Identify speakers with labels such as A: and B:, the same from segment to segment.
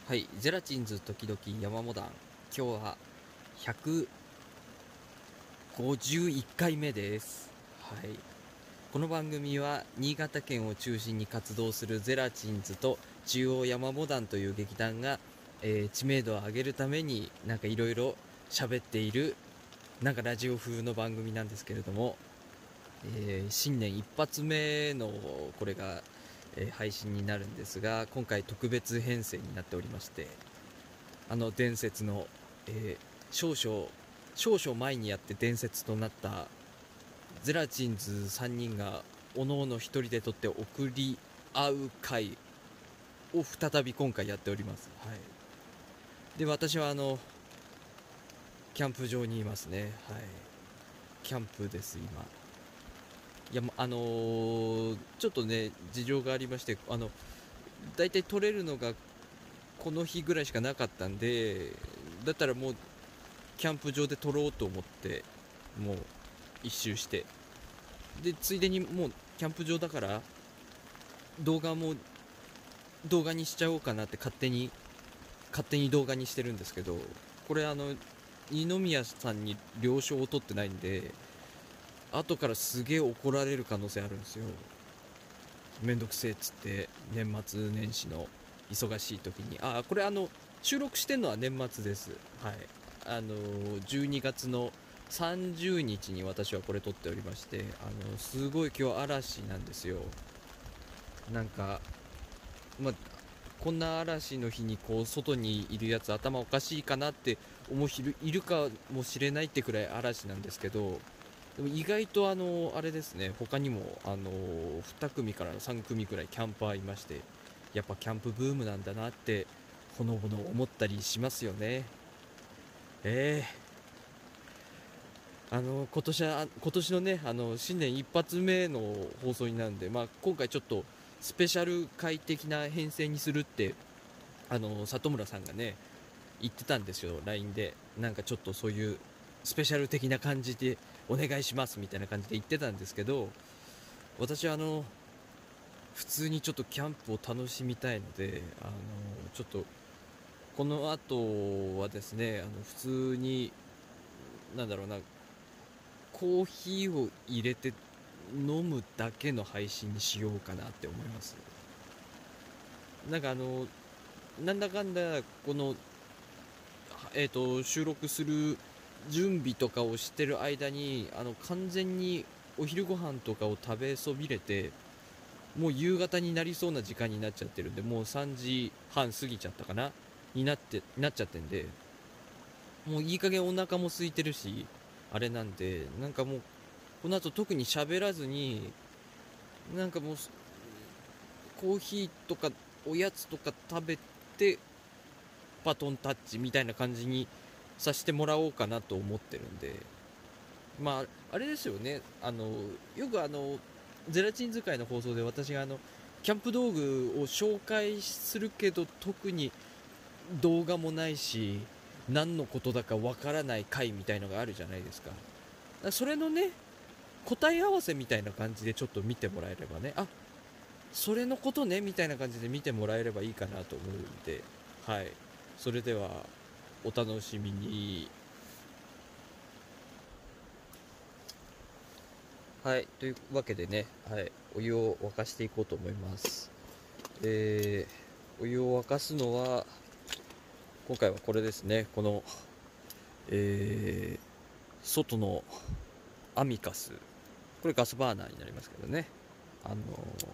A: はい、ゼラチンズ時々山モダン、今日は151回目です。はい、この番組は新潟県を中心に活動するゼラチンズと中央山モダンという劇団が、知名度を上げるためになんかいろいろ喋っているなんかラジオ風の番組なんですけれども、新年一発目のこれが、配信になるんですが、今回特別編成になっておりまして、伝説の、少々前にやって伝説となったゼラチンズ3人がおのおの1人で撮って送り合う回を再び今回やっております。はい、で私はキャンプ場にいますね。はい、キャンプです今。いや、ちょっとね事情がありまして、だいたい撮れるのがこの日ぐらいしかなかったんで、だったらもうキャンプ場で撮ろうと思ってもう一周して、でついでにもうキャンプ場だから動画も動画にしちゃおうかなって勝手に動画にしてるんですけど、これ二宮さんに了承を取ってないんで、後からすげえ怒られる可能性あるんですよ。めんどくせえっつって、年末年始の忙しい時に。これ収録してんのは年末です。はい、12月の30日に私はこれ撮っておりまして、すごい今日嵐なんですよ。なんか、まあ、こんな嵐の日にこう外にいるやつ頭おかしいかなって思う人いるかもしれないってくらい嵐なんですけど、でも意外とあれですね、他にも2組から3組くらいキャンパーいまして、やっぱキャンプブームなんだなってほのぼの思ったりしますよね。ええ今年のね、新年一発目の放送になるんで、今回ちょっとスペシャル回的な編成にするって里村さんがね言ってたんですよ、 LINE で。なんかちょっとそういうスペシャル的な感じでお願いしますみたいな感じで言ってたんですけど、私は普通にちょっとキャンプを楽しみたいので、ちょっとこの後はですね、普通になんだろうな、コーヒーを入れて飲むだけの配信にしようかなって思います。なんかなんだかんだこの収録する準備とかをしてる間に完全にお昼ご飯とかを食べそびれて、もう夕方になりそうな時間になっちゃってるんで、もう3時半過ぎちゃったかななっちゃってんで、もういい加減お腹も空いてるし、あれなんで、なんかもうこの後特に喋らずに、なんかもうコーヒーとかおやつとか食べてバトンタッチみたいな感じにさせてもらおうかなと思ってるんで、あれですよね、よくゼラチン使いの放送で私がキャンプ道具を紹介するけど特に動画もないし何のことだかわからない回みたいのがあるじゃないですか。だからそれのね、答え合わせみたいな感じでちょっと見てもらえればね、それのことねみたいな感じで見てもらえればいいかなと思うんで、はい、それではお楽しみに。はい、というわけでね、はい、お湯を沸かしていこうと思います。お湯を沸かすのは今回はこれですね、この、外のアミカス、これガスバーナーになりますけどね、あの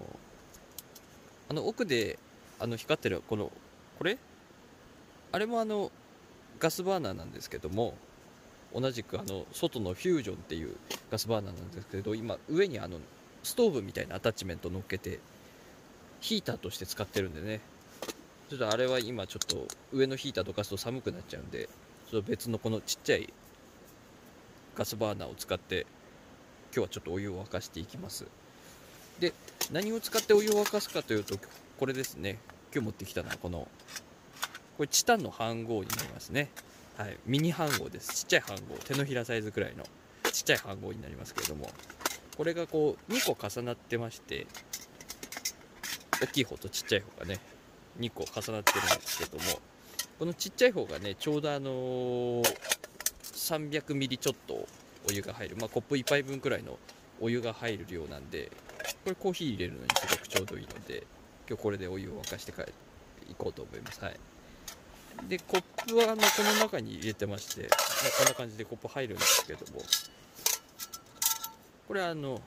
A: 奥で光ってるこれあれもガスバーナーなんですけども、同じく外のフュージョンっていうガスバーナーなんですけど、今上にストーブみたいなアタッチメント乗っけてヒーターとして使ってるんでね、ちょっとあれは今ちょっと上のヒーターとかすと寒くなっちゃうんで、ちょっと別のこのちっちゃいガスバーナーを使って今日はちょっとお湯を沸かしていきます。で、何を使ってお湯を沸かすかというと、これですね、今日持ってきたのはこれチタンの飯盒になりますね。はい、ミニ飯盒です。ちっちゃい飯盒、手のひらサイズくらいのちっちゃい飯盒になりますけれども、これがこう2個重なってまして、大きい方とちっちゃい方がね、 2個重なってるんですけども、このちっちゃい方がねちょうど300ミリちょっとお湯が入る、コップ1杯分くらいのお湯が入る量なんで、これコーヒー入れるのにすごくちょうどいいので、今日これでお湯を沸かして帰っていこうと思います。はい。でコップはこの中に入れてまして、こんな感じでコップ入るんですけども、これ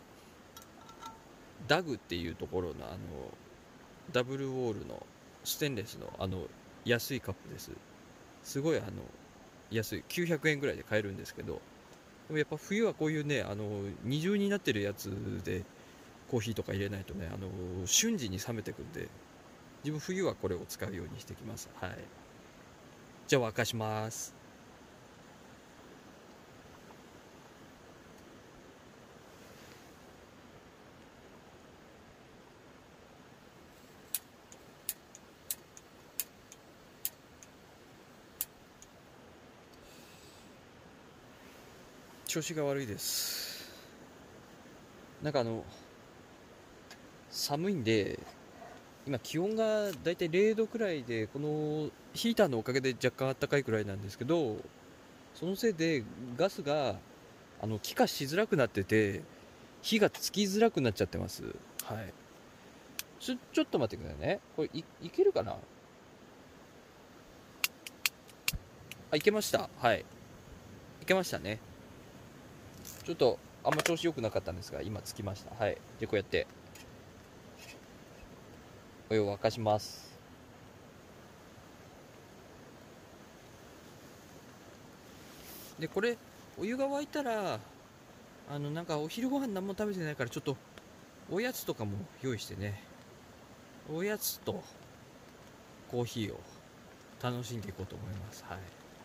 A: ダグっていうところのダブルウォールのステンレスの安いカップです。すごい安い900円ぐらいで買えるんですけど、でもやっぱ冬はこういうね二重になってるやつでコーヒーとか入れないとね瞬時に冷めてくんで、自分冬はこれを使うようにしてきます。はい。じゃあ沸かします。調子が悪いです。なんか寒いんで、今気温がだいたい0度くらいで、このヒーターのおかげで若干暖かいくらいなんですけど、そのせいでガスが気化しづらくなってて、火がつきづらくなっちゃってます。はい。ちょっと待ってくださいね。これいけるかな。いけました。はい。いけましたね。ちょっとあんま調子良くなかったんですが、今つきました。はい。でこうやってお湯を沸かします。でこれお湯が沸いたらなんかお昼ご飯何も食べてないから、ちょっとおやつとかも用意してね、おやつとコーヒーを楽しんでいこうと思います。はい。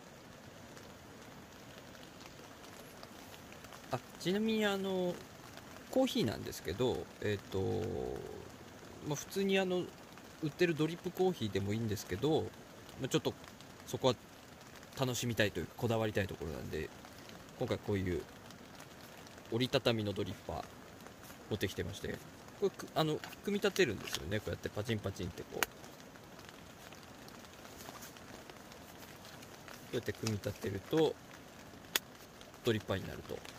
A: ちなみにコーヒーなんですけど、普通に売ってるドリップコーヒーでもいいんですけど、ちょっとそこは楽しみたいというかこだわりたいところなんで、今回こういう折りたたみのドリッパー持ってきてまして、これ組み立てるんですよね。こうやってパチンパチンってこうやって組み立てるとドリッパーになると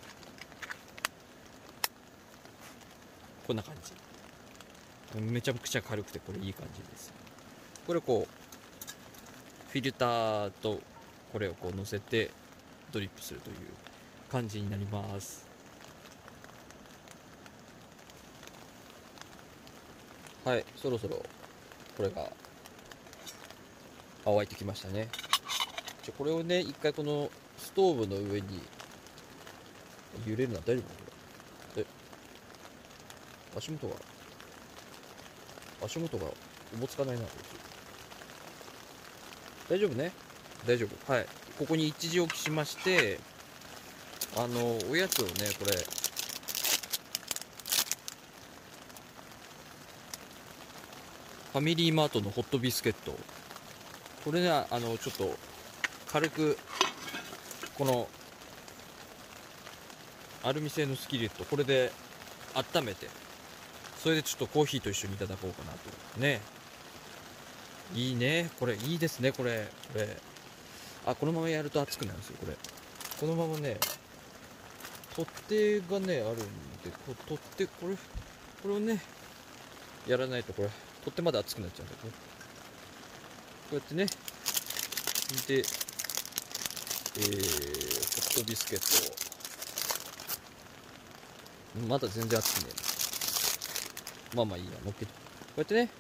A: こんな感じ。めちゃくちゃ軽くてこれいい感じです。これをこうフィルターとこれをこう乗せてドリップするという感じになります。はい、そろそろこれが乾いてきましたね。これをね一回このストーブの上に揺れるのは大丈夫かこれ。足元がおぼつかないな。大丈夫ね。大丈夫。はい。ここに一時置きしまして、おやつをねこれファミリーマートのホットビスケット、これねちょっと軽くこのアルミ製のスキレット、これで温めて、それでちょっとコーヒーと一緒にいただこうかなとね。いいね、これいいですね。これこのままやると熱くなるんですよ。このままね取っ手がねあるんで、取っ手これをねやらないと、これ取っ手まで熱くなっちゃうんで、こうやってねでホットビスケットをまだ全然熱くねえな。まあいいや、乗っけてこうやってね、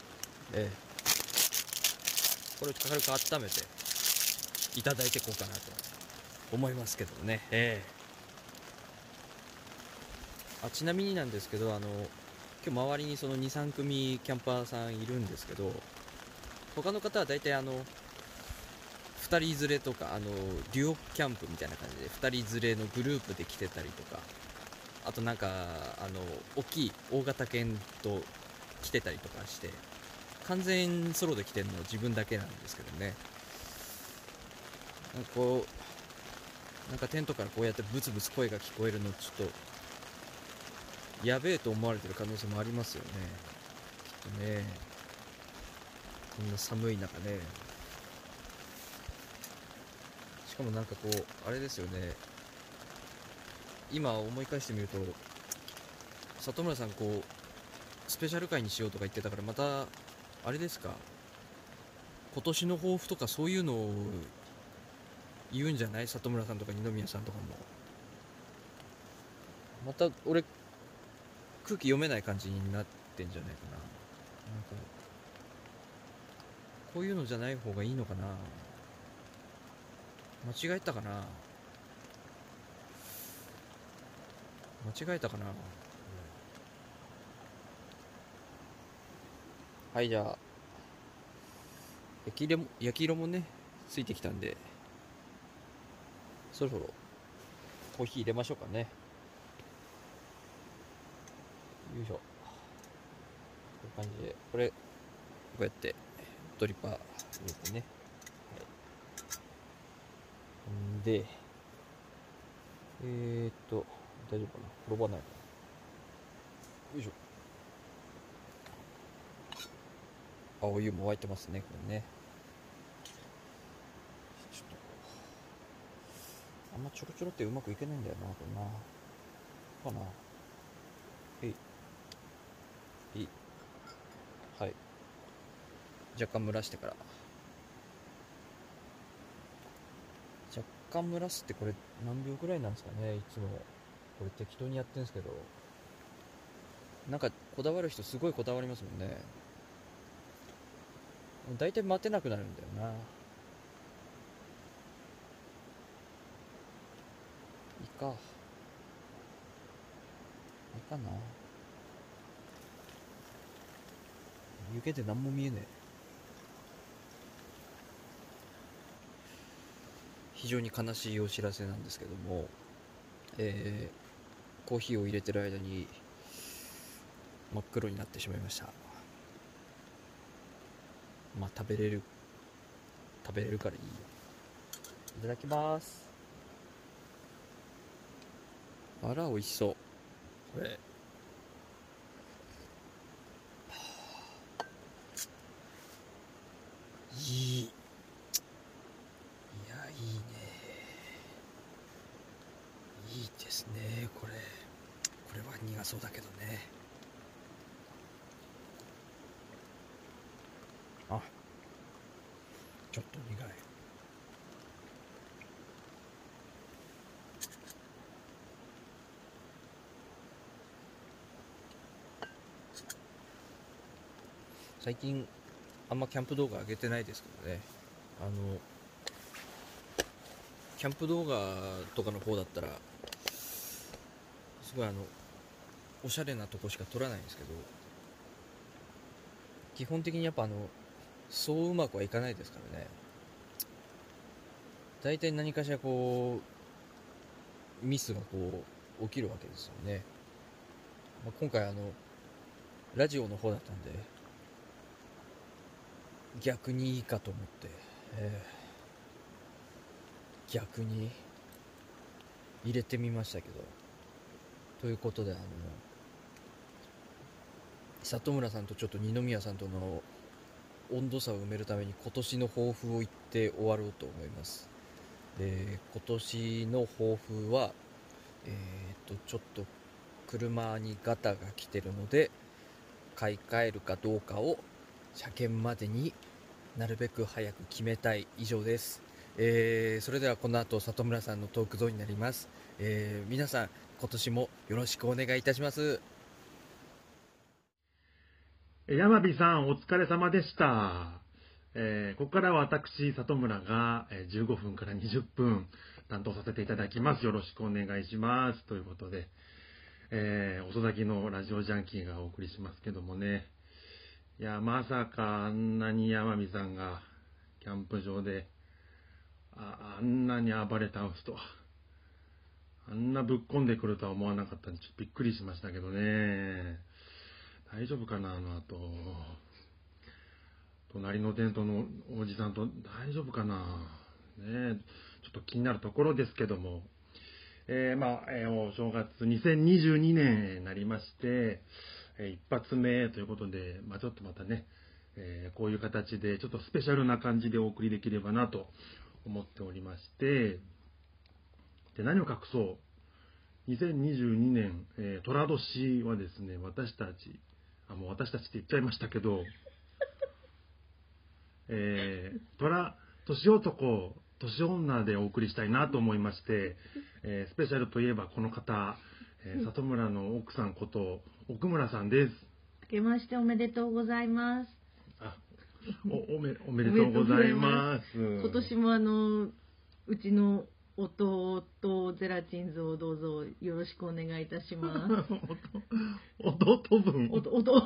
A: これを軽く温めていただいていこうかなと思いますけどね。ちなみになんですけど、今日周りにその 2,3 組キャンパーさんいるんですけど、他の方は大体2人連れとかデュオキャンプみたいな感じで2人連れのグループで来てたりとか、あとなんか大きい大型犬と来てたりとかして、完全ソロで来てるのは自分だけなんですけどね。なんかテントからこうやってブツブツ声が聞こえるの、ちょっとやべえと思われてる可能性もありますよね、きっとね。 こんな寒い中ね。しかもなんかこうあれですよね、今思い返してみると里村さんこうスペシャル回にしようとか言ってたから、またあれですか、今年の抱負とかそういうのを言うんじゃない？里村さんとか二宮さんとかも。また俺空気読めない感じになってんじゃないかな。なんかこういうのじゃない方がいいのかな。間違えたかな。間違えたかな。はい、じゃあ焼き色もねついてきたんで、そろそろコーヒー入れましょうかね。よいしょ。こういう感じで、これこうやってドリッパー入れてね、はい、んで大丈夫かな、転ばないかな。よいしょ。あ、お湯も沸いてますね、これね。ちょっとあんまちょろちょろってうまくいけないんだよな、これな。かな。いい。はい。若干蒸らしてから。若干蒸らすってこれ何秒くらいなんですかね、いつも。これ適当にやってるんですけど。なんかこだわる人すごいこだわりますもんね。だいたい待てなくなるんだよな。いいか。いいかな。湯気で何も見えねえ。非常に悲しいお知らせなんですけども、コーヒーを入れてる間に真っ黒になってしまいました。まあ食べれるからいいよ。いただきます。あら美味しそう、これ。いい。いや、いいね。いいですね、これ。これは苦そうだけどね。あ、ちょっと苦い。最近あんまキャンプ動画上げてないですけどね。キャンプ動画とかの方だったらすごいおしゃれなとこしか撮らないんですけど、基本的にやっぱそううまくはいかないですからね。大体何かしらこうミスがこう起きるわけですよね。今回ラジオの方だったんで逆にいいかと思って、逆に入れてみましたけど、ということで里村さんとちょっと二宮さんとの温度差を埋めるために今年の抱負を言って終わろうと思います。今年の抱負はちょっと車にガタが来てるので買い替えるかどうかを車検までになるべく早く決めたい。以上です。それではこの後里村さんのトークゾーンになります。皆さん今年もよろしくお願いいたします。
B: 山火さんお疲れ様でした。ここからは私里村が15分から20分担当させていただきます。よろしくお願いします。ということで、遅咲きのラジオジャンキーがお送りしますけどもね。いや、まさかあんなに山火さんがキャンプ場であんなに暴れ倒すとは、あんなぶっこんでくるとは思わなかったんで、ちょっとびっくりしましたけどね。大丈夫かな、あの後。隣のテントのおじさんと大丈夫かな。ね、ちょっと気になるところですけども。お正月2022年になりまして、一発目ということで、ちょっとまたね、 こういう形でちょっとスペシャルな感じでお送りできればなと思っておりまして、で何を隠そう2022年、寅年はですね、私たちって言っちゃいましたけど年男年女でお送りしたいなと思いまして、スペシャルといえばこの方、里村の奥さんこと奥村さんです。
C: 明けましておめでとうございます。
B: おめでとうございます。
C: 今年もうちの弟ゼラチンズをどうぞよろしくお願いいたします。
B: 弟分。
C: 夫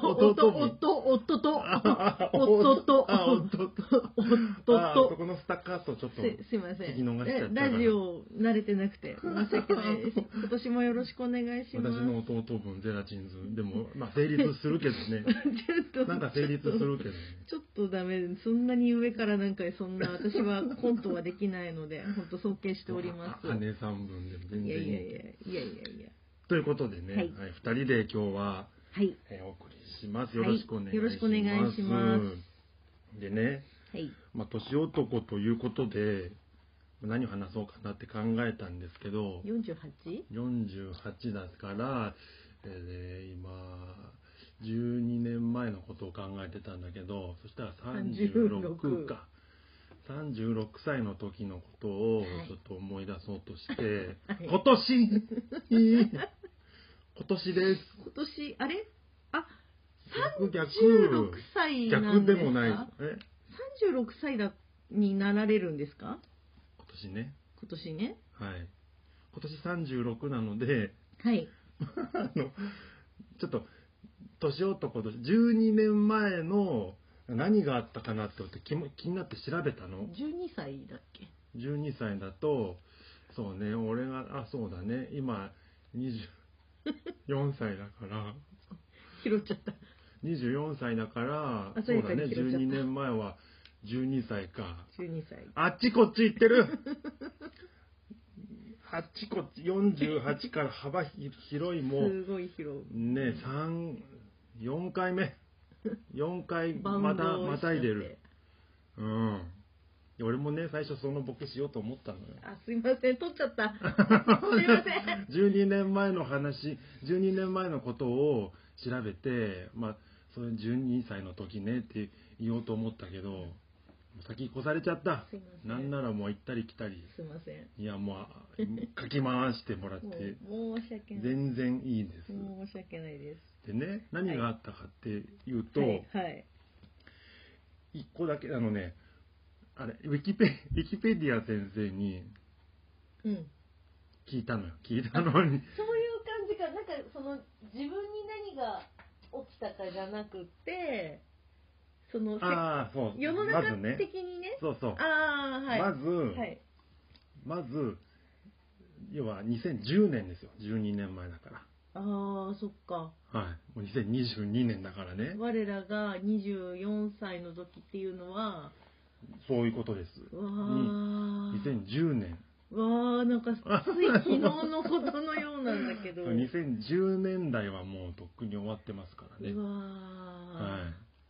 B: そこのスタッカートちょっと
C: すいません。
B: 聞き逃しちゃった
C: ラジオ慣れてなくて申し訳ないです。今年もよろしくお願いします。
B: 私の弟分ゼラチンズでも成立するけどね。なんか成立するけどね。
C: ちょっとダメ。そんなに上からなんかそんな私はコントはできないので本当尊敬しております。
B: 姉さん分でも全然いい。
C: いや。
B: ということでね、はい、2人で今日は、
C: はい、
B: お送りします。よろしくお願いします。
C: よろしくお願いしま
B: す。でね、
C: はい、
B: 年男ということで何を話そうかなって考えたんですけど、48だから、今12年前のことを考えてたんだけど、そしたら36か。36歳の時のことをちょっと思い出そうとして、はい、今年です。
C: 今年あれ
B: 36
C: 歳なんですか？
B: 逆でもない。
C: 36歳になられるんですか？
B: 今年ね。
C: はい。
B: 今年36なので、
C: はい。
B: ちょっと年男と12年前の何があったかなって気になって調べたの。
C: 12歳だっけ
B: ？12歳だと、そうね、俺が、そうだね、今、24歳だから。
C: 拾っちゃった。
B: 24歳だから、そうだね、12年前は12歳か。
C: 12歳。
B: あっちこっち行ってるあっちこっち、48から幅広いもう。
C: すごい広い。
B: ね、4回目。4回またいでる。うん。俺もね、最初そのボケしようと思ったのよ。
C: すいません、取っちゃった。すいません。
B: 12年前のことを調べて、それ12歳の時ねって言おうと思ったけど、先越されちゃった。なんならもう行ったり来たり。
C: すいません。
B: いや、もう書き回してもらって。
C: 申し訳ない。
B: 全然いいです。
C: 申し訳ないです。
B: でね、何があったかっていうと、
C: はい。
B: 一個だけ、ウィキペディア先生に聞いたのよ。
C: そういう感じか。なんかその自分に何が起きたかじゃなくて、その
B: そう
C: 世の中的にね。
B: そう。
C: はい。
B: まず要は2010年ですよ。12年前だから。
C: そっか。
B: はい。もう2022年だからね。
C: 我らが24歳の時っていうのは
B: そういうことです。2010年。
C: なんかつい昨日のことのようなんだけど。
B: 2010年代はもうとっくに終わってますからね。はい。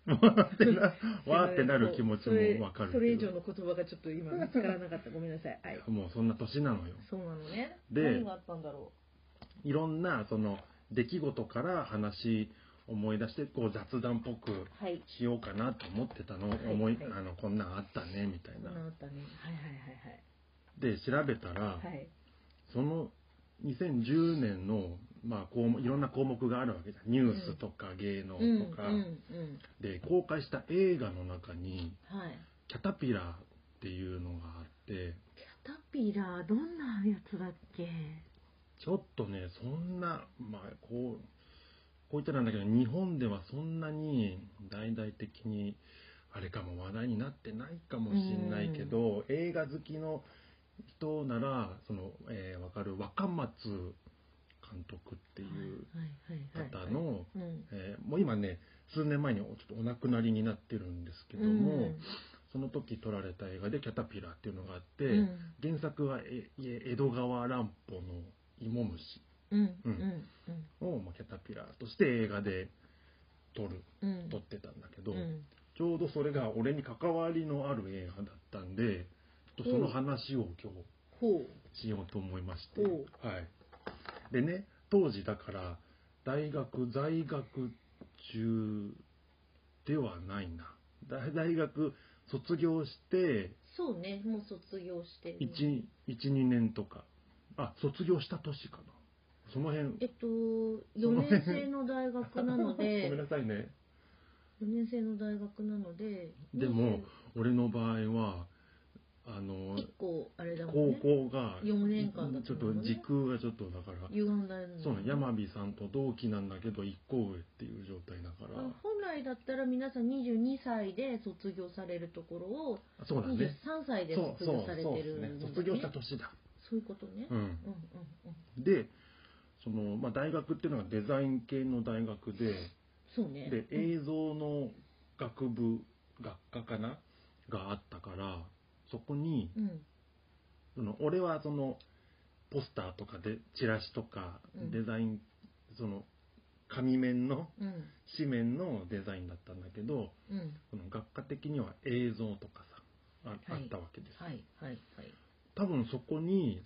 B: わーってなる気持ちもわかる。
C: それ以上の言葉がちょっと今見つからなかった。ごめんなさい。はい。
B: もうそんな年なのよ。
C: そうなのね。
B: で、
C: 何があったんだろ
B: う。いろんなその出来事から話思い出して雑談っぽくしようかなと思ってたの。こんなんあったねみたいな。
C: こんなんあったね。はい。
B: で調べたら、その2010年のいろんな項目があるわけじゃん。ニュースとか芸能とかで公開した映画の中にキャタピラーっていうのがあって。
C: キャタピラーどんなやつだっけ？
B: ちょっとね、そんなこういったなんだけど、日本ではそんなに大々的にあれかも話題になってないかもしれないけど、映画好きの人ならわかる若松監督っていう方のもう今ね数年前にちょっとお亡くなりになってるんですけども、その時撮られた映画でキャタピラーっていうのがあって、原作は江戸川乱歩の芋虫をキャタピラーとして映画で撮ってたんだけど、 ちょうどそれが俺に関わりのある映画だったんで、ちょっとその話を今
C: ほう。
B: 日しようと思いまして、
C: ほう。
B: はい。でね、当時だから在学中ではないな。大学卒業して
C: そうね、もう卒業してる。
B: 1、2年とか。あ、卒業した年かな。その辺。
C: 4年生の大学なので、
B: ごめんなさいね。
C: 4年生の大学なので、
B: でも、俺の場合は、
C: 1個あれだもんね。
B: 高校が、
C: 4年間だ
B: ちょっと時空がちょっとだから、
C: 歪んだよね。
B: そうね、山火さんと同期なんだけど、1個上っていう状態だから。
C: 本来だったら皆さん22歳で卒業されるところを、
B: そうだね。
C: 23歳で卒業されてるんだね。
B: 卒業した年だ。
C: そういうことね。
B: で、大学っていうのがデザイン系の大学で、
C: そうね。
B: で、映像の学科かながあったから、そこに、俺はポスターとかでチラシとか、デザイン、紙面の、紙面のデザインだったんだけど、学科的には映像とかさ、あったわけです。多分そこに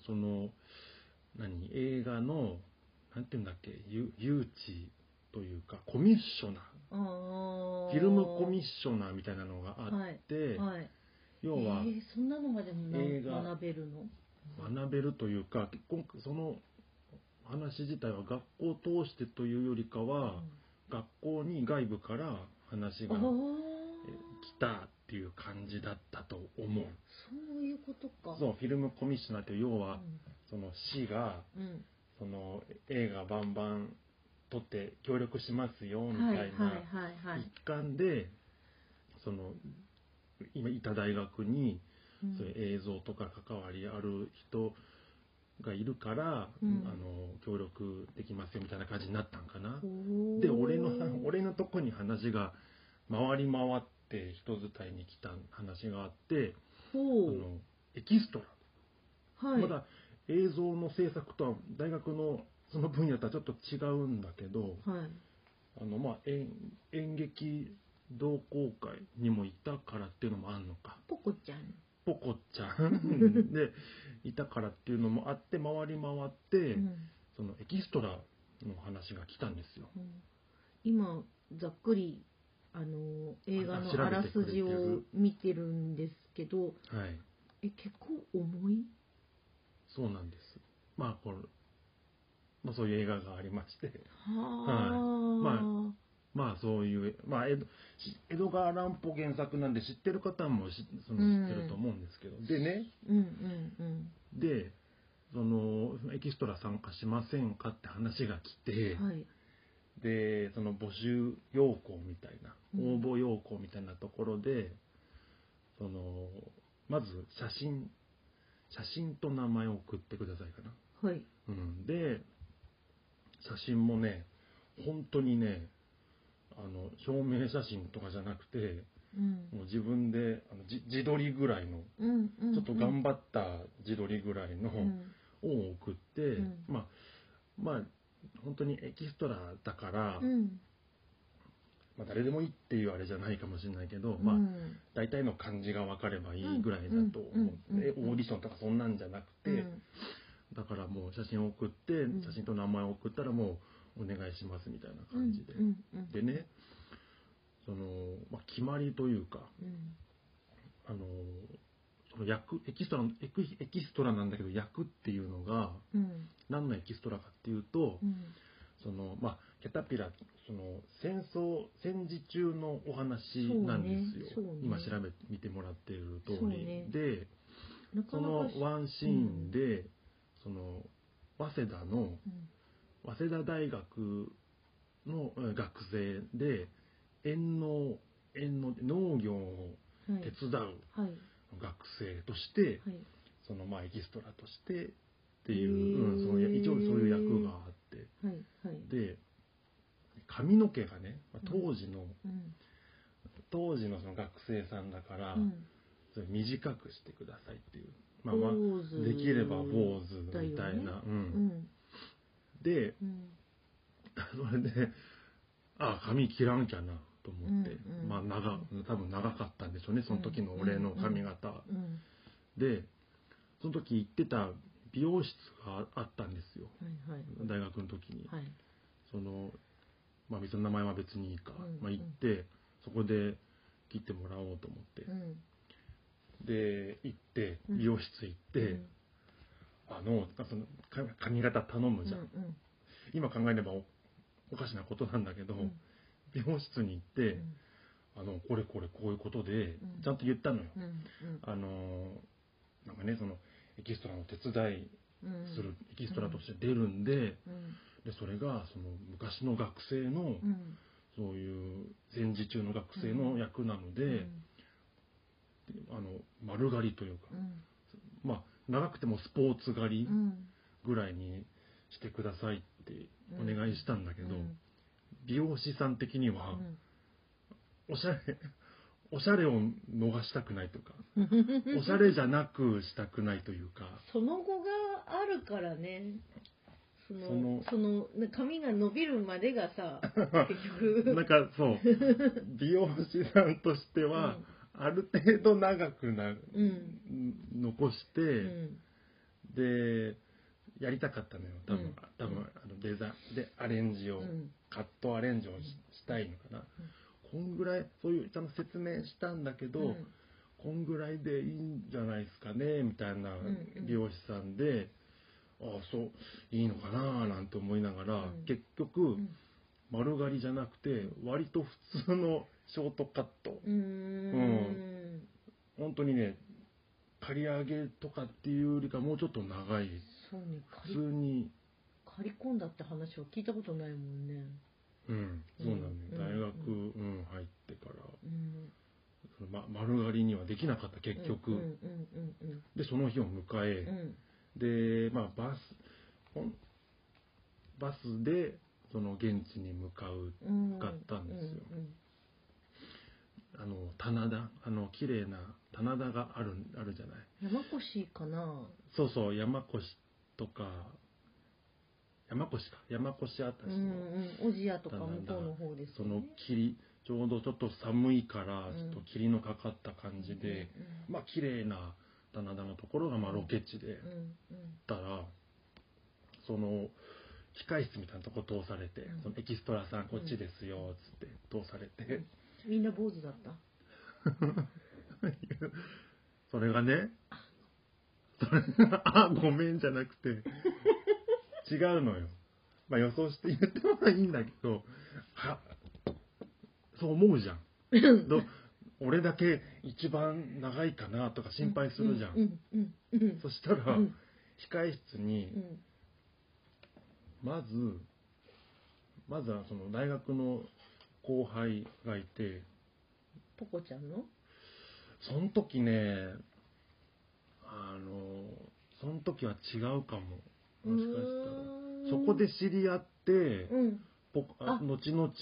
B: 映画のなんていうんだっけ、誘致というかコミッショナー、フィルムコミッショナーみたいなのがあって、要は
C: そんなのまで
B: 映画
C: 学べるの？
B: 学べるというか、その話自体は学校を通してというよりかは、学校に外部から話が来たっていう感じだったと思う。
C: そういうことか。
B: そう、フィルムコミッショナーって要は、市が、映画バンバン撮って協力しますよみたいな一環で、今いた大学に、そういう映像とか関わりある人がいるから、協力できますよみたいな感じになったんかな。で、俺のとこに話が回り回って人伝いに来た話があって、エキストラ、まだ映像の制作とは大学のその分野とはちょっと違うんだけど、演劇同好会にもいたからっていうのもあるのか。
C: ポコちゃ
B: んでいたからっていうのもあって、回り回って、そのエキストラの話が来たんですよ。
C: 今ざっくり映画のあらすじを見てるんですけど、結構重い？
B: そうなんです。そういう映画がありまして、そういう、江戸川乱歩原作なんで知ってる方も知ってると思うんですけど、でね、でエキストラ参加しませんかって話が来て、で募集要項みたいな、応募要項みたいなところで、まず写真と名前を送ってくださいかな。で写真もね、本当にね、証明写真とかじゃなくて、もう自分で自撮りぐらいの、ちょっと頑張った自撮りぐらいのを送って、本当にエキストラだから、誰でもいいっていうあれじゃないかもしれないけど、大体の感じが分かればいいぐらいだと思って、オーディションとかそんなんじゃなくて、だからもう写真を送って、写真と名前を送ったらもうお願いしますみたいな感じで、でね、決まりというか、そのエキストラなんだけど、役っていうのが、何のエキストラかっていうと、キャタピラ、戦時中のお話なんですよ。今調べてみてもらっている通りで、そのワンシーンで、早稲田大学の学生で農業を手伝う学生として、エキストラとしてっていう、一応そういう役があって、で髪の毛がね、当時のその学生さんだから、それ短くしてくださいっていう、できれば坊主みたいな、で、それで髪切らんきゃなとと思って、まあ多分長かったんでしょうね、その時の俺の髪型、でその時行ってた美容室があったんですよ、大学の時に、そのまあ店の名前は別にいいか、まあ行ってそこで切ってもらおうと思って、で行って美容室行って、その髪型頼むじゃん、今考えればおかしなことなんだけど、美容室に行って、これこういうことで、ちゃんと言ったのよ、なんかね、そのエキストラの手伝いする、エキストラとして出るんで、でそれがその昔の学生の、そういう戦時中の学生の役なので、丸刈りというか、まあ長くてもスポーツ刈りぐらいにしてくださいってお願いしたんだけど、美容師さん的には、おしゃれを逃したくないとかおしゃれじゃなくしたくないというか、
C: その後があるからね、その髪が伸びるまでがさ結局
B: なんかそう美容師さんとしては、ある程度長く残して、でやりたかったのよ多分、デザでアレンジを、カットアレンジをしたいのかな、こんぐらいそういうちゃんと説明したんだけど、こんぐらいでいいんじゃないですかねみたいな美容師さんで、ああそういいのかななんて思いながら、結局、丸刈りじゃなくて割と普通のショートカット、本当にね刈り上げとかっていうよりかもうちょっと長い、
C: そうね、
B: 普通に
C: 刈り込んだって話は聞いたことないもんね。
B: そうなんだよ、大学、入ってから、丸刈りにはできなかった結局、でその日を迎え、でまあバスでその現地に向かったんですよ。棚田、綺麗な棚田があるじゃない。
C: 山越かな。
B: そう山越とか山越あったし、
C: 小千谷とか向こうの方です
B: よね。その霧、ちょうどちょっと寒いからちょっと霧のかかった感じで、まあ綺麗な棚田のところがまあロケ地で、たらその控室みたいなとこ通されて、そのエキストラさんこっちですよっつって通されて、
C: みんな坊主だった
B: それがね、ごめんじゃなくて違うのよ。まあ予想して言ってはいいんだけど、そう思うじゃん俺だけ一番長いかなとか心配するじゃん。そしたら控室にまずはその大学の後輩がいて、
C: ポコちゃんの
B: その時ね、その時は違うかも。もしかしたらそこで知り合って、後の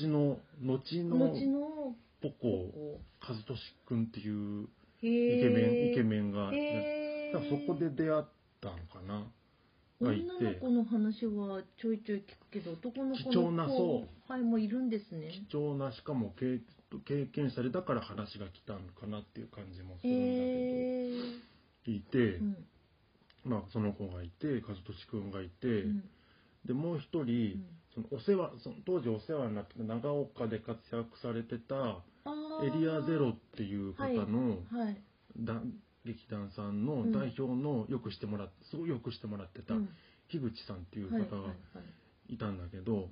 B: ポコ和俊くんっていうイケメンが、多分そこで出会ったのかな。
C: 女の子の話はちょいちょい聞くけど、男の子の後輩もいるんですね。
B: 貴重な、しかも経験者でだから話が来たのかなっていう感じもするんだけど、いて、まあその子がいて、和俊くんがいて、でもう一人、その当時お世話になってた長岡で活躍されてたエリアゼロっていう方の劇団さんの代表のすごいよくしてもらってた樋口さんっていう方がいたんだけど、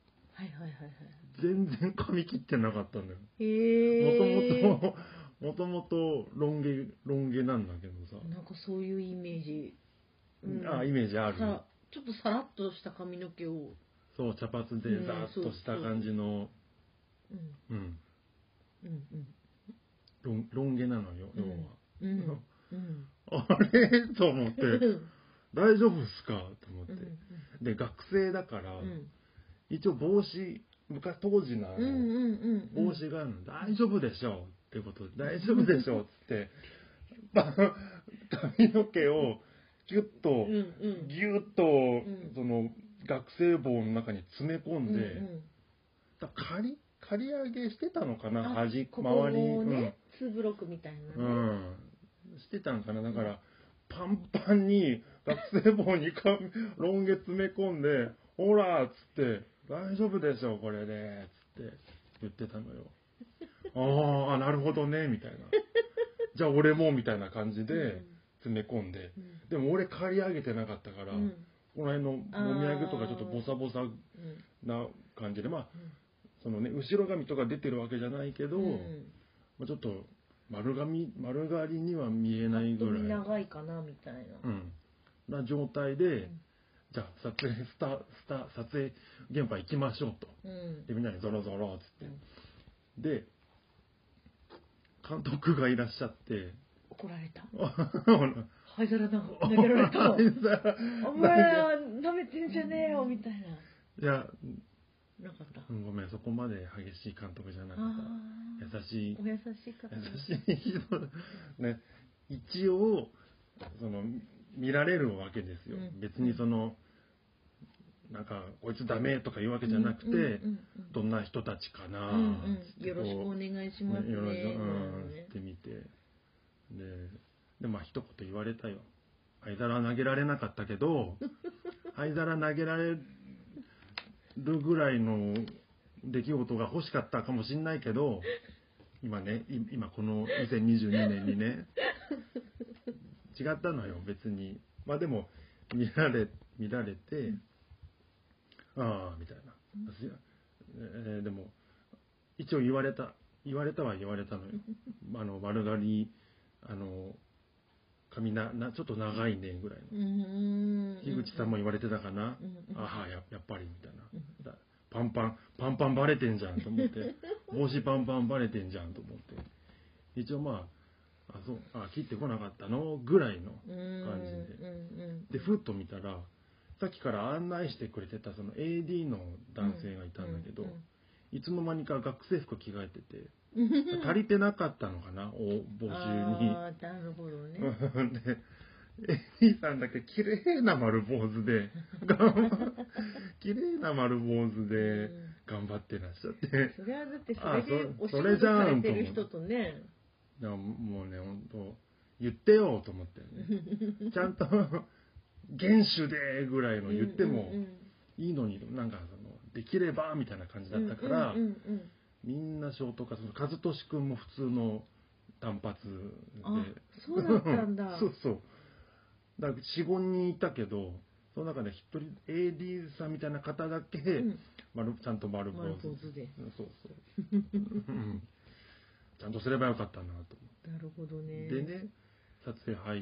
B: 全然髪切ってなかったんだよ。もともとロン毛なんだけどさ。
C: なんかそういうイメージ。
B: イメージある。
C: ちょっとサラッとした髪の毛を。
B: そう、茶髪でザーッとした感じの。ロン毛なのよ、要は。あれと思って大丈夫っすかと思って、で学生だから、一応帽子当時の帽子があるの、大丈夫でしょうってことで、大丈夫でしょうっつって髪の毛をギュッとその学生帽の中に詰め込んで、 刈り上げしてたのかな、周り、
C: ここをね、2ブロックみたいなね。
B: してたんかな。だから、パンパンに学生帽にロン毛詰め込んで、ほらっつって、大丈夫でしょ、これで、つって言ってたのよ。ああ、なるほどね、みたいな。じゃあ俺も、みたいな感じで詰め込んで。でも俺刈り上げてなかったから、この辺のもみあげとかちょっとボサボサな感じで、まあ、そのね、後ろ髪とか出てるわけじゃないけど、まあ、ちょっと丸刈りには見えないぐらい。
C: 長いかな、みたいな。
B: な状態で、じゃあ撮影現場行きましょうと。で、みんなにゾロゾロっつって。で、監督がいらっしゃって、
C: 怒られた。灰皿投げられた。お前は舐めてんじゃねえよみたいな。
B: いや、
C: なかった。
B: ごめん、そこまで激しい監督じゃなかった。優しい。
C: お優しい方。
B: 優しい人ね。一応その見られるわけですよ。別にそのなんかこいつダメとか言うわけじゃなくて、どんな人たちかな、
C: よろしくお願いしますね。
B: ってみて、でまあ一言言われたよ。灰皿投げられなかったけど、灰皿投げられるぐらいの出来事が欲しかったかもしれないけど、今この2022年にね、違ったのよ別に。まあでも見られて。ああみたいな、でも一応言われたのよ。丸刈り髪ちょっと長いねぐらいの。樋口さんも言われてたかな。ああやっぱりみたいな。パンパンバレてんじゃんと思って、帽子パンパンバレてんじゃんと思って、一応まあ切ってこなかったのぐらいの感じで、ふっと見たら。さっきから案内してくれてたその AD の男性がいたんだけど、いつの間にか学生服着替えてて、足りてなかったのかな、募集に。
C: なるほどね。
B: で、AD さんだけ綺麗な丸坊主で、頑張ってらっしゃって。
C: それはだってそれでお仕事されてる人とね。
B: もうね、本当言ってよと思ってね。ちゃんと。厳守でぐらいの言ってもいいのに、なんかできればみたいな感じだったから、みんなショートか、和俊くんも普通の単発で。
C: そうだったんだ。
B: そうだから 4,5 人いたけど、その中で一人 AD さんみたいな方だけ、ちゃんと丸坊主で。そうちゃんとすればよかったなと思って。
C: なるほどね。
B: でね、撮影入って、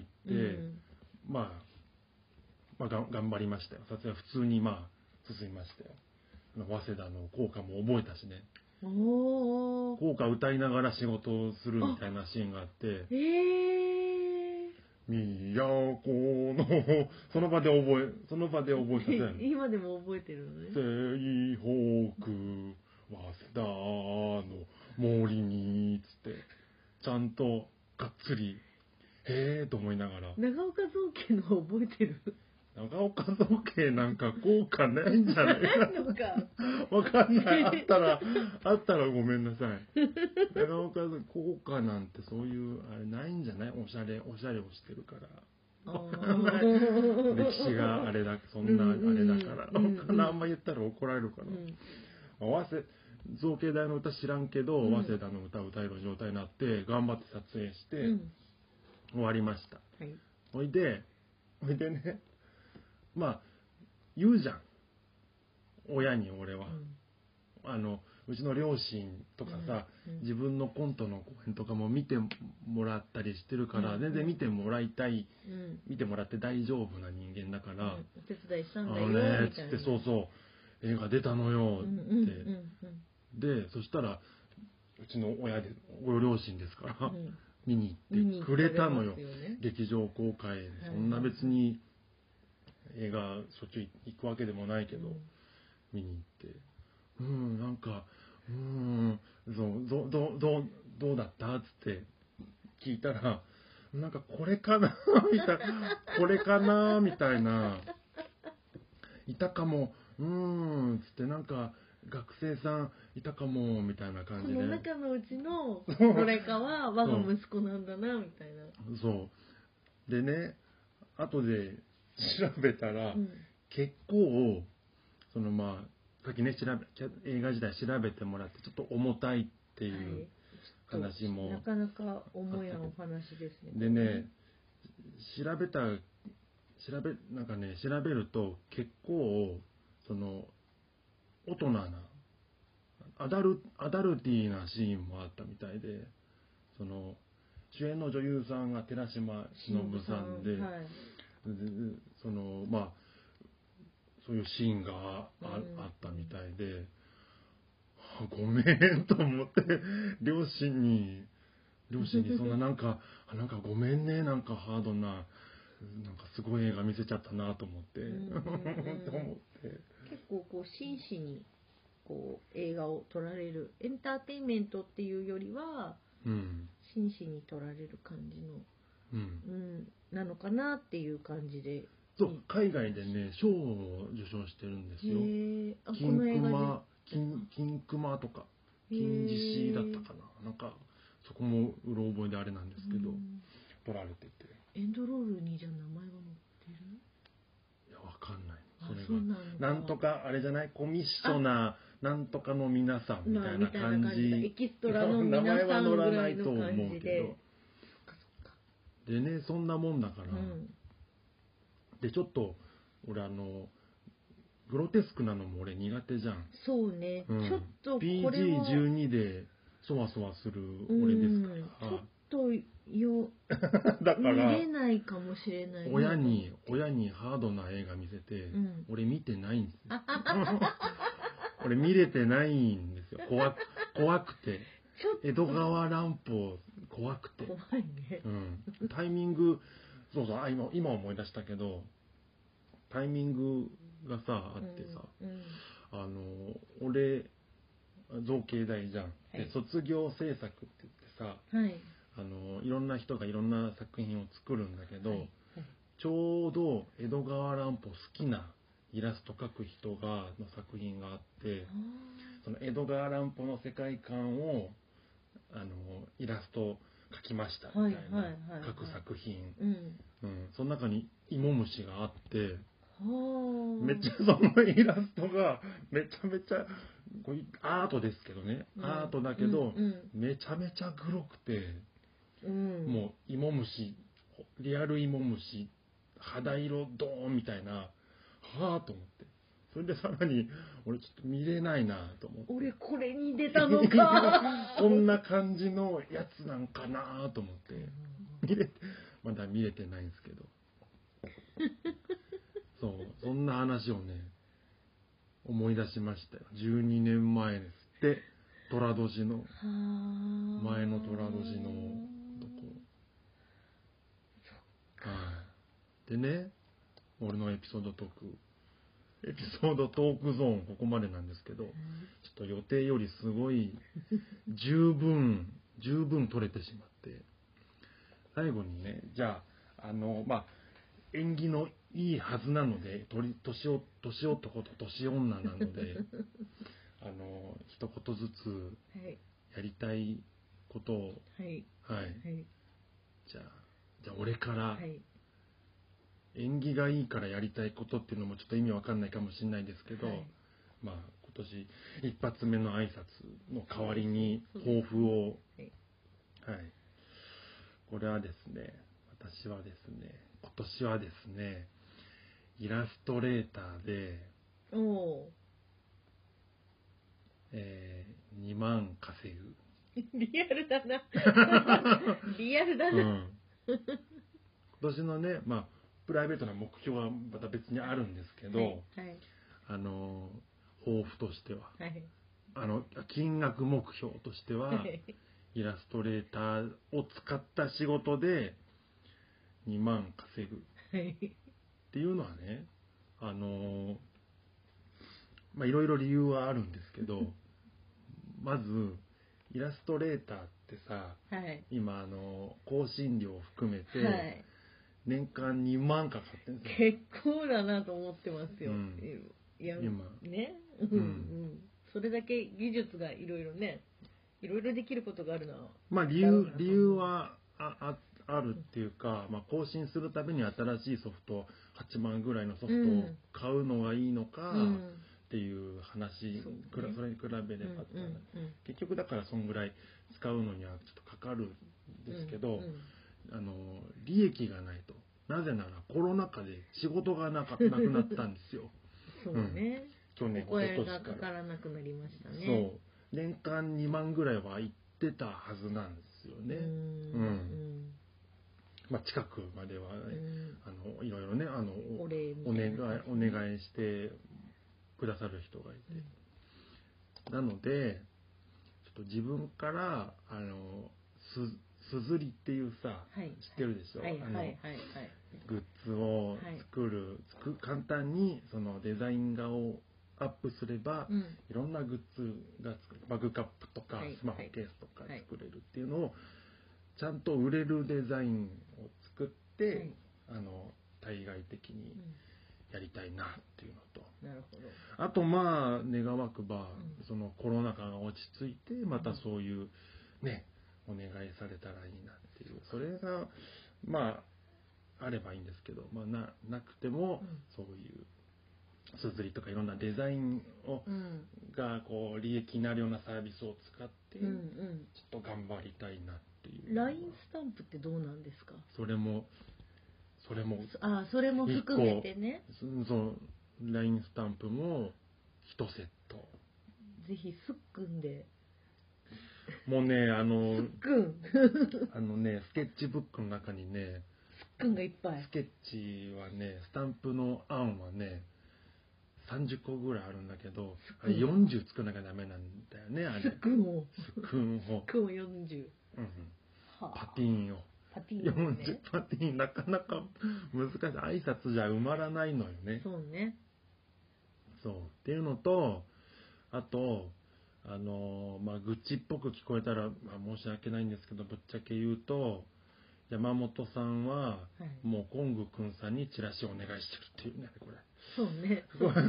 B: 頑張りましたよ。撮影は普通に進みましたよ。早稲田の校歌も覚えたしね。校歌歌いながら仕事をするみたいなシーンがあって、都のその場で覚えたね。
C: 今でも覚えてるのね。
B: 西北早稲田の森につってちゃんとがっつりへえと思いながら。
C: 長岡造形の覚えてる？
B: 長岡造形なんか効果ないんじゃないか。わかんない。あったらごめんなさい。長岡造形効果なんてそういうあれないんじゃない？おしゃれをしてるから。歴史があれだ、そんなあれだから。あんま言ったら怒られるから。造形大の歌知らんけど、早稲田の歌を歌える状態になって頑張って撮影して、終わりました。ほいでね、言うじゃん、親に俺は、うちの両親とかさ、自分のコントの公演とかも見てもらったりしてるから、全然見てもらいたい、見てもらって大丈夫な人間だから、
C: お手伝いしたんだよ
B: ねつって、そう映画出たのよって、でそしたらうちのご両親ですから、見に行ってくれたのよ、劇場公開で。そんな別に映画しょっちゅう行くわけでもないけど、見に行って、なんかどうだったっつって聞いたら、なんかこれかなみたいな、いたかも、つって、なんか学生さんいたかもみたいな感じで、
C: この中のうちのどれかは我が息子なんだなみたいな。
B: そうでね、後で調べたら、
C: うん、
B: 結構そのさっきね映画時代調べてもらってちょっと重たいっていう話も、
C: なかなか重いお話ですね。
B: でね、調べると結構その大人なアダルティーなシーンもあったみたいで、その主演の女優さんが寺島しのぶさんで、
C: はい、
B: そのそういうシーンがあったみたいで、ごめんと思って両親にそんななんかごめんね、なんかハードな、なんかすごい映画見せちゃったなと思って
C: 結構こう真摯にこう映画を撮られる、エンターテインメントっていうよりは、真摯に撮られる感じの、なのかなっていう感じで。
B: そう、海外でね賞を受賞してるんですよ。金熊とか金獅子だったかな、なんかそこもうろ覚えであれなんですけど、撮られてて、
C: エンドロールにじゃあ名前が載ってる？
B: いや、わかんない。それ
C: が
B: なんとかあれじゃない、コミッショナーなんとかの皆さんみたいな感じ、
C: エキストラの皆さんぐらいの感じで。
B: でね、そんなもんだから、でちょっと俺グロテスクなのも俺苦手じゃん。
C: そうね、ちょっとこれは
B: PG12 でそわそわする俺ですから、
C: ちょっと
B: だから
C: 見れないかもしれない。
B: 親にハードな映画見せて、俺見てないんですよ俺見れてないんですよ。怖くて、江戸川乱歩怖くて、
C: 怖いね、
B: タイミング、そう今思い出したけど、タイミングがさあってさ、俺造形大じゃん、で卒業制作って言ってさ、いろんな人がいろんな作品を作るんだけど、ちょうど江戸川乱歩好きなイラスト描く人の作品があって、その江戸川乱歩の世界観をイラスト描きましたみたいな各作品、その中に芋虫があって、めっちゃそのイラストがめちゃめちゃアートですけどね、アートだけど、めちゃめちゃグロくて、もう芋虫、リアル芋虫、肌色ドーンみたいな、はぁと思って、それでさらに俺ちょっと見れないなと思って、
C: 俺これに出たのか
B: こんな感じのやつなんかなと思って、まだ見れてないんですけどそんな話をね思い出しましたよ。12年前ですって、寅年の前の寅年のとこ。でね、俺のエピソードトークゾーンここまでなんですけど、ちょっと予定よりすごい十分取れてしまって、最後にね、じゃあ縁起のいいはずなので、年男と年女なので一言ずつやりたいことを、じゃあ俺から、縁起がいいからやりたいことっていうのもちょっと意味わかんないかもしれないですけど、今年一発目の挨拶の代わりに抱負を、これはですね、私はですね、今年はですね、イラストレーターで2万稼ぐ。
C: リアルだなリアルだな、
B: 今年のね、プライベートな目標はまた別にあるんですけど、抱負としては、金額目標としては、イラストレーターを使った仕事で2万稼ぐっていうのはね、いろいろ理由はあるんですけどまずイラストレーターってさ、今更新料を含めて、年間2万かかってるんですよ。
C: 結構だなと思ってますよ、いや
B: 今
C: ね、 それだけ技術がいろいろね、いろいろできることがあるのは、
B: まあ理由はあるっていうか、まあ、更新するたびに新しいソフト8万ぐらいのソフトを買うのがいいのかっていう話、それに比べればって話、結局だからそんぐらい使うのにはちょっとかかるんですけど、利益がないと。なぜならコロナ禍で仕事がなくなったんですよ。
C: そうね。
B: 去年、
C: お声がかからなくなりましたね。
B: そう。年間2万ぐらいは行ってたはずなんですよね。まあ、近くまでは、ね、いろいろねお願いしてくださる人がいて、なのでちょっと自分からすずりっていうさ、知ってるでしょ、グッズを簡単にそのデザイン画をアップすれば、いろんなグッズが作れる、マグカップとかスマホケースとか作れるっていうのをちゃんと売れるデザインを作って、対外的にやりたいなっていうのと、あとまあ願わくば、そのコロナ禍が落ち着いてまたそういうね、お願いされたらいいなっていう、それがまああればいいんですけど、まあ、なくても、そういうすずりとかいろんなデザインがこう利益になるようなサービスを使って、ちょっと頑張りたいなっていう。
C: LINE スタンプってどうなんですか？
B: それも
C: それも含めてね。
B: そう LINE スタンプも1セット
C: ぜひすっくんで、
B: もうね
C: すっくん
B: スケッチブックの中にね、
C: すっくんがいっぱい。
B: スケッチはね、スタンプの案はね30個ぐらいあるんだけど、40作らなきゃダメなんだよね、あれ。
C: すっくんを
B: 40、パティーンを40パティーン、なかなか難しい。挨拶じゃ埋まらないのよね。
C: そうね。
B: そうっていうのと、あとまあ愚痴っぽく聞こえたら、まあ、申し訳ないんですけど、ぶっちゃけ言うと山本さんはもうコングくんさんにチラシをお願いしてるっていうね、これ。
C: そうね。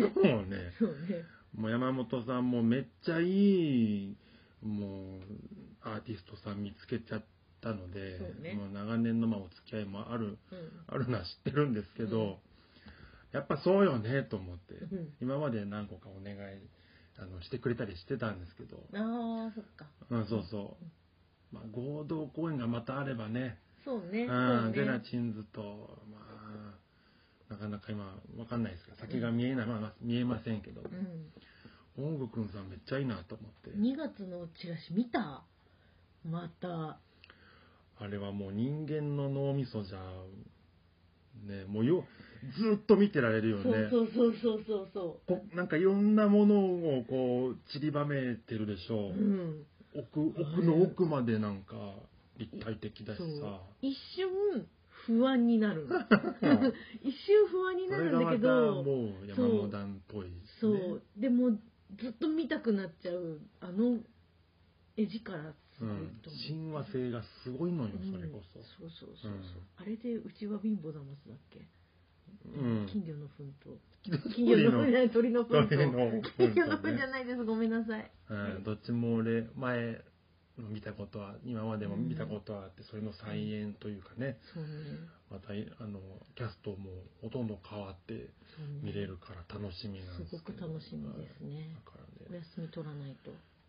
B: もう山本さんもめっちゃいいもうアーティストさん見つけちゃったので、もう長年のお付き合いもあるのは知ってるんですけど、やっぱそうよねと思って、今まで何個かお願いしてくれたりしてたんですけど、
C: そっか。
B: そうそう、まあ、合同公演がまたあればね、
C: そうね。
B: ゼラチンズとまあなかなか今わかんないですけど、先が見えない、見えませんけど、音楽くんさんめっちゃいいなと思って。
C: 2月のチラシ見た？また
B: あれはもう人間の脳みそじゃね、もうずっと見てられるよね。そうなんかいろんなものをこう散りばめてるでしょ、奥の奥までなんか立体的だしさ、
C: 一瞬不安になる一瞬不安になるんだけど、
B: もう山モダンっぽい、ね、
C: そうでもずっと見たくなっちゃう絵力すごいと思う、
B: 親和性がすごいのよ、それこそ。
C: そう、あれでうちは貧乏だますだっけ、金魚の糞と金魚の糞じゃない、鳥の糞と金魚の糞じゃないです、ごめんなさい。
B: どっちも俺前見たことは今までも見たことはあって、それの再演というかね、またキャストもほとんど変わって見れるから楽しみなんですけど、
C: すごく楽しみですね。だからね、お休み取らないと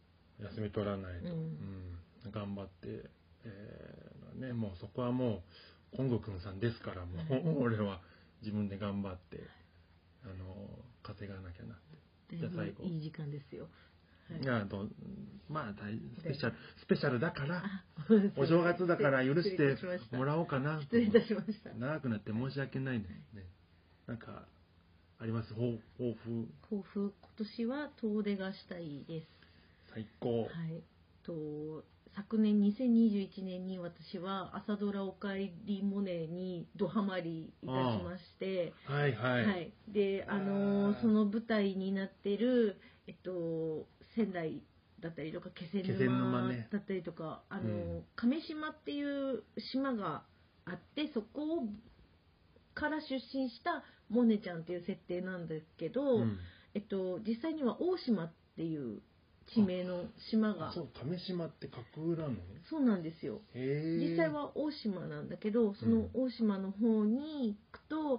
B: 頑張って、ね、もうそこはもうコンゴくんさんですから、もう俺は自分で頑張って稼がなきゃなって。じゃあ最後
C: いい時間ですよ。
B: まあスペシャルだからお正月だから許してもらおうかな。
C: 失礼いたしました。
B: 長くなって申し訳ないですね。なんかあります？抱負。
C: 今年は遠出がしたいです。
B: 最高。
C: 昨年2021年に私は朝ドラおかえりモネにドハマりいたしまして、でその舞台になってる仙台だったりとか気仙沼だったりとか、亀島っていう島があって、そこから出身したモネちゃんっていう設定なんですけど、実際には大島っっていう地名の島が、
B: そう亀島って架空なの？
C: そうなんですよ。実際は大島なんだけど、その大島の方に行くと、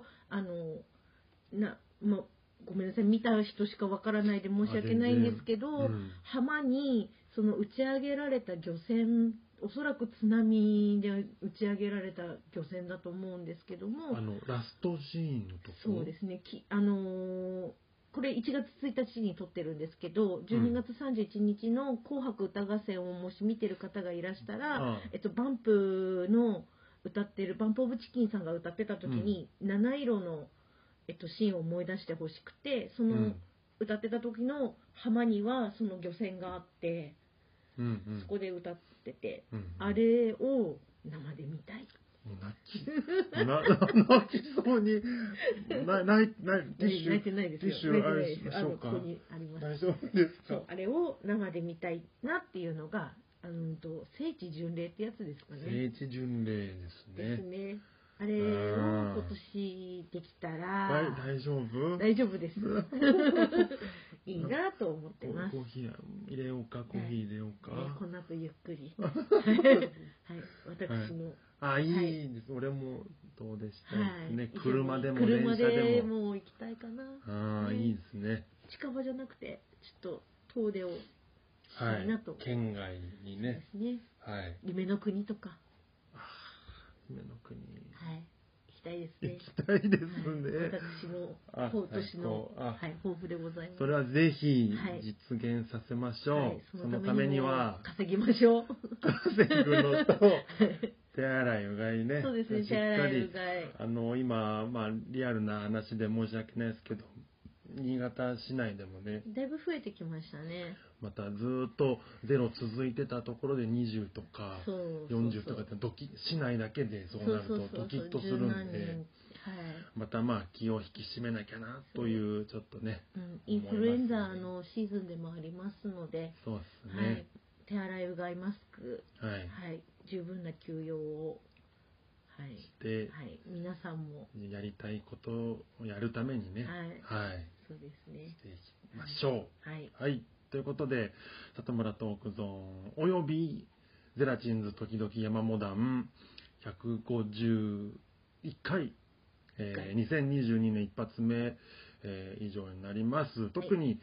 C: ごめんなさい、見た人しかわからないで申し訳ないんですけど、浜にその打ち上げられた漁船、おそらく津波で打ち上げられた漁船だと思うんですけども、
B: ラストシーンのところ。
C: そうですね。これ1月1日に撮ってるんですけど、12月31日の紅白歌合戦をもし見てる方がいらしたら、バンプの歌ってる、バンプオブチキンさんが歌ってた時に、七色の、シーンを思い出してほしくて、その歌ってた時の浜にはその漁船があって、そこで歌ってて、あれを生で見たい。
B: 泣きそうに泣
C: いてないですよ。
B: ティッシュあれしましょうか。
C: ここにあります。
B: 大丈夫ですか？
C: あれを生で見たいなっていうのが、聖地巡礼ってやつですかね。
B: 聖地巡礼ですね。
C: ですね。あれを今年できたら
B: 大丈夫？
C: 大丈夫です。いいなと思ってます。
B: コーヒー入れようか、コーヒー入れようか。
C: この後ゆっくり。はい、私の。
B: いいです。俺もどうでしたね。
C: 車でも電車でも行きたいかな。
B: いいですね。
C: 近場じゃなくて、ちょっと遠出をしたいなと。
B: 県外にね。
C: ですね。夢の国とか。
B: 夢の国。
C: 行きたいですね。
B: 行きたいですね。
C: 私の今年の抱負でございます。
B: それはぜひ実現させましょう。そのためには
C: 稼ぎましょう。
B: 稼ぐのと手洗いうがいね。
C: そうですね。手洗いうがい。
B: 今リアルな話で申し訳ないですけど、新潟市内でもね、
C: だいぶ増えてきましたね。
B: またずっとゼロ続いてたところで20とか40とかって市内だけでそうなるとドキッとするんで、また気を引き締めなきゃなというちょっとね、
C: インフルエンザのシーズンでもありますので、
B: そうですね。
C: 手洗いうがいマスク、十分な休養をして皆さんも
B: やりたいことをやるためにね、
C: そうですね、
B: していきましょう。ということで、里村トークゾーンおよびゼラチンズ時々山モダン151回、2022年一発目、以上になります。特に、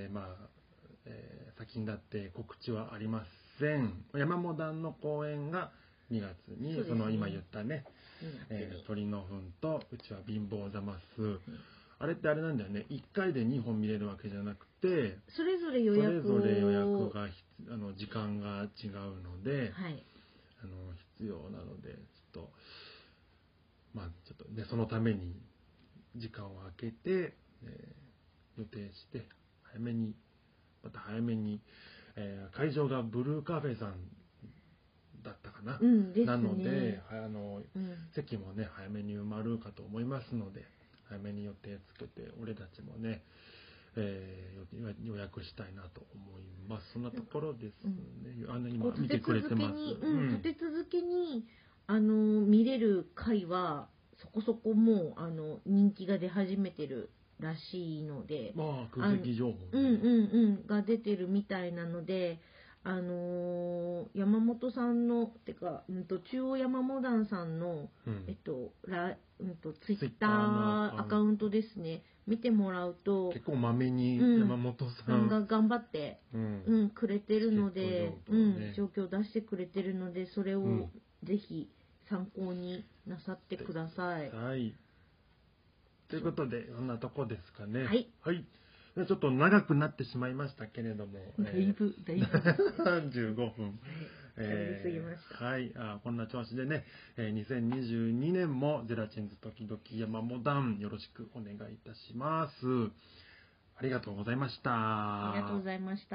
B: 先にだって告知はありません。山モダンの公演が2月に、その今言ったね、鳥の糞とうちは貧乏ざますあれってあれなんだよね、1回で2本見れるわけじゃなくて、
C: それぞれ予約
B: が時間が違うので、必要なのでちょっとね、そのために時間を空けて、予定してまた早めに、会場がブルーカフェさんだったかな、なので席もね早めに埋まるかと思いますので、早めに予定つけて俺たちもね、予約したいなと思います。そんなところですね。今見てくれてます。
C: 立て続けに見れる回はそこそこもう人気が出始めてるらしいので、
B: 空席情報
C: が出てるみたいなので、山本さんの中央山モダンさんの、ツイッターアカウントですね、見てもらうと
B: 結構まめに山本さん
C: が頑張ってくれてるので、状況を出してくれてるので、それをぜひ参考になさってください。
B: ということでそんなとこですかね。
C: ち
B: ょっと長くなってしまいましたけれども、
C: だいぶ
B: 35分
C: 過ぎました。
B: こんな調子でね、2022年もゼラチンズ時々山モダンよろしくお願いいたします。ありがとうございました。
C: ありがとうございました。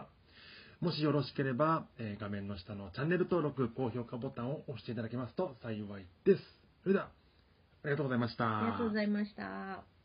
B: もしよろしければ、画面の下のチャンネル登録、高評価ボタンを押していただけますと幸いです。それではありがとうございました。
C: ありがとうございました。